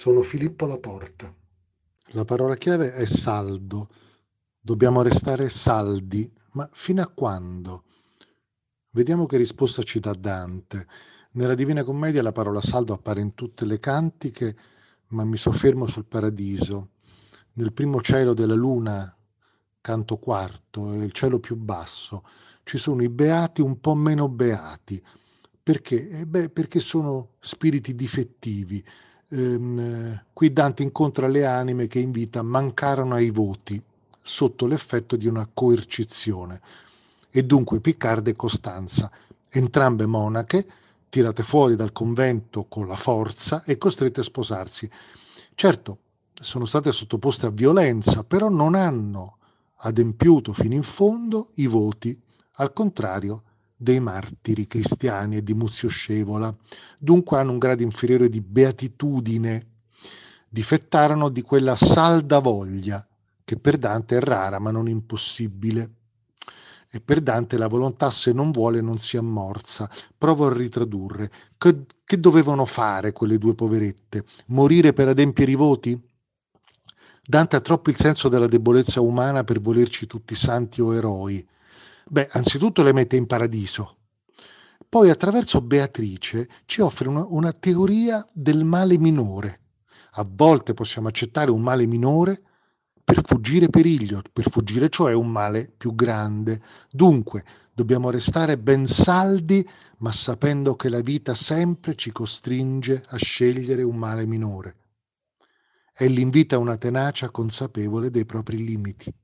Sono Filippo Laporta. La parola chiave è saldo. Dobbiamo restare saldi, ma fino a quando? Vediamo che risposta ci dà Dante. Nella Divina Commedia la parola saldo appare in tutte le cantiche, ma mi soffermo sul paradiso. Nel primo cielo della luna, canto quarto, è il cielo più basso, ci sono i beati un po' meno beati. Perché? Perché sono spiriti difettivi. Qui Dante incontra le anime che in vita mancarono ai voti sotto l'effetto di una coercizione. E dunque Piccarda e Costanza, entrambe monache, tirate fuori dal convento con la forza e costrette a sposarsi. Certo, sono state sottoposte a violenza, però non hanno adempiuto fino in fondo i voti, al contrario dei martiri cristiani e di Muzio Scevola. Dunque hanno un grado inferiore di beatitudine, difettarono di quella salda voglia che per Dante è rara ma non impossibile. E per Dante la volontà se non vuole non si ammorza. Provo a ritradurre. Che dovevano fare quelle due poverette? Morire per adempiere i voti? Dante ha troppo il senso della debolezza umana per volerci tutti santi o eroi. Beh, anzitutto le mette in paradiso. Poi attraverso Beatrice ci offre una teoria del male minore. A volte possiamo accettare un male minore per fuggire periglio, per fuggire cioè un male più grande. Dunque, dobbiamo restare ben saldi, ma sapendo che la vita sempre ci costringe a scegliere un male minore. È l'invito a una tenacia consapevole dei propri limiti.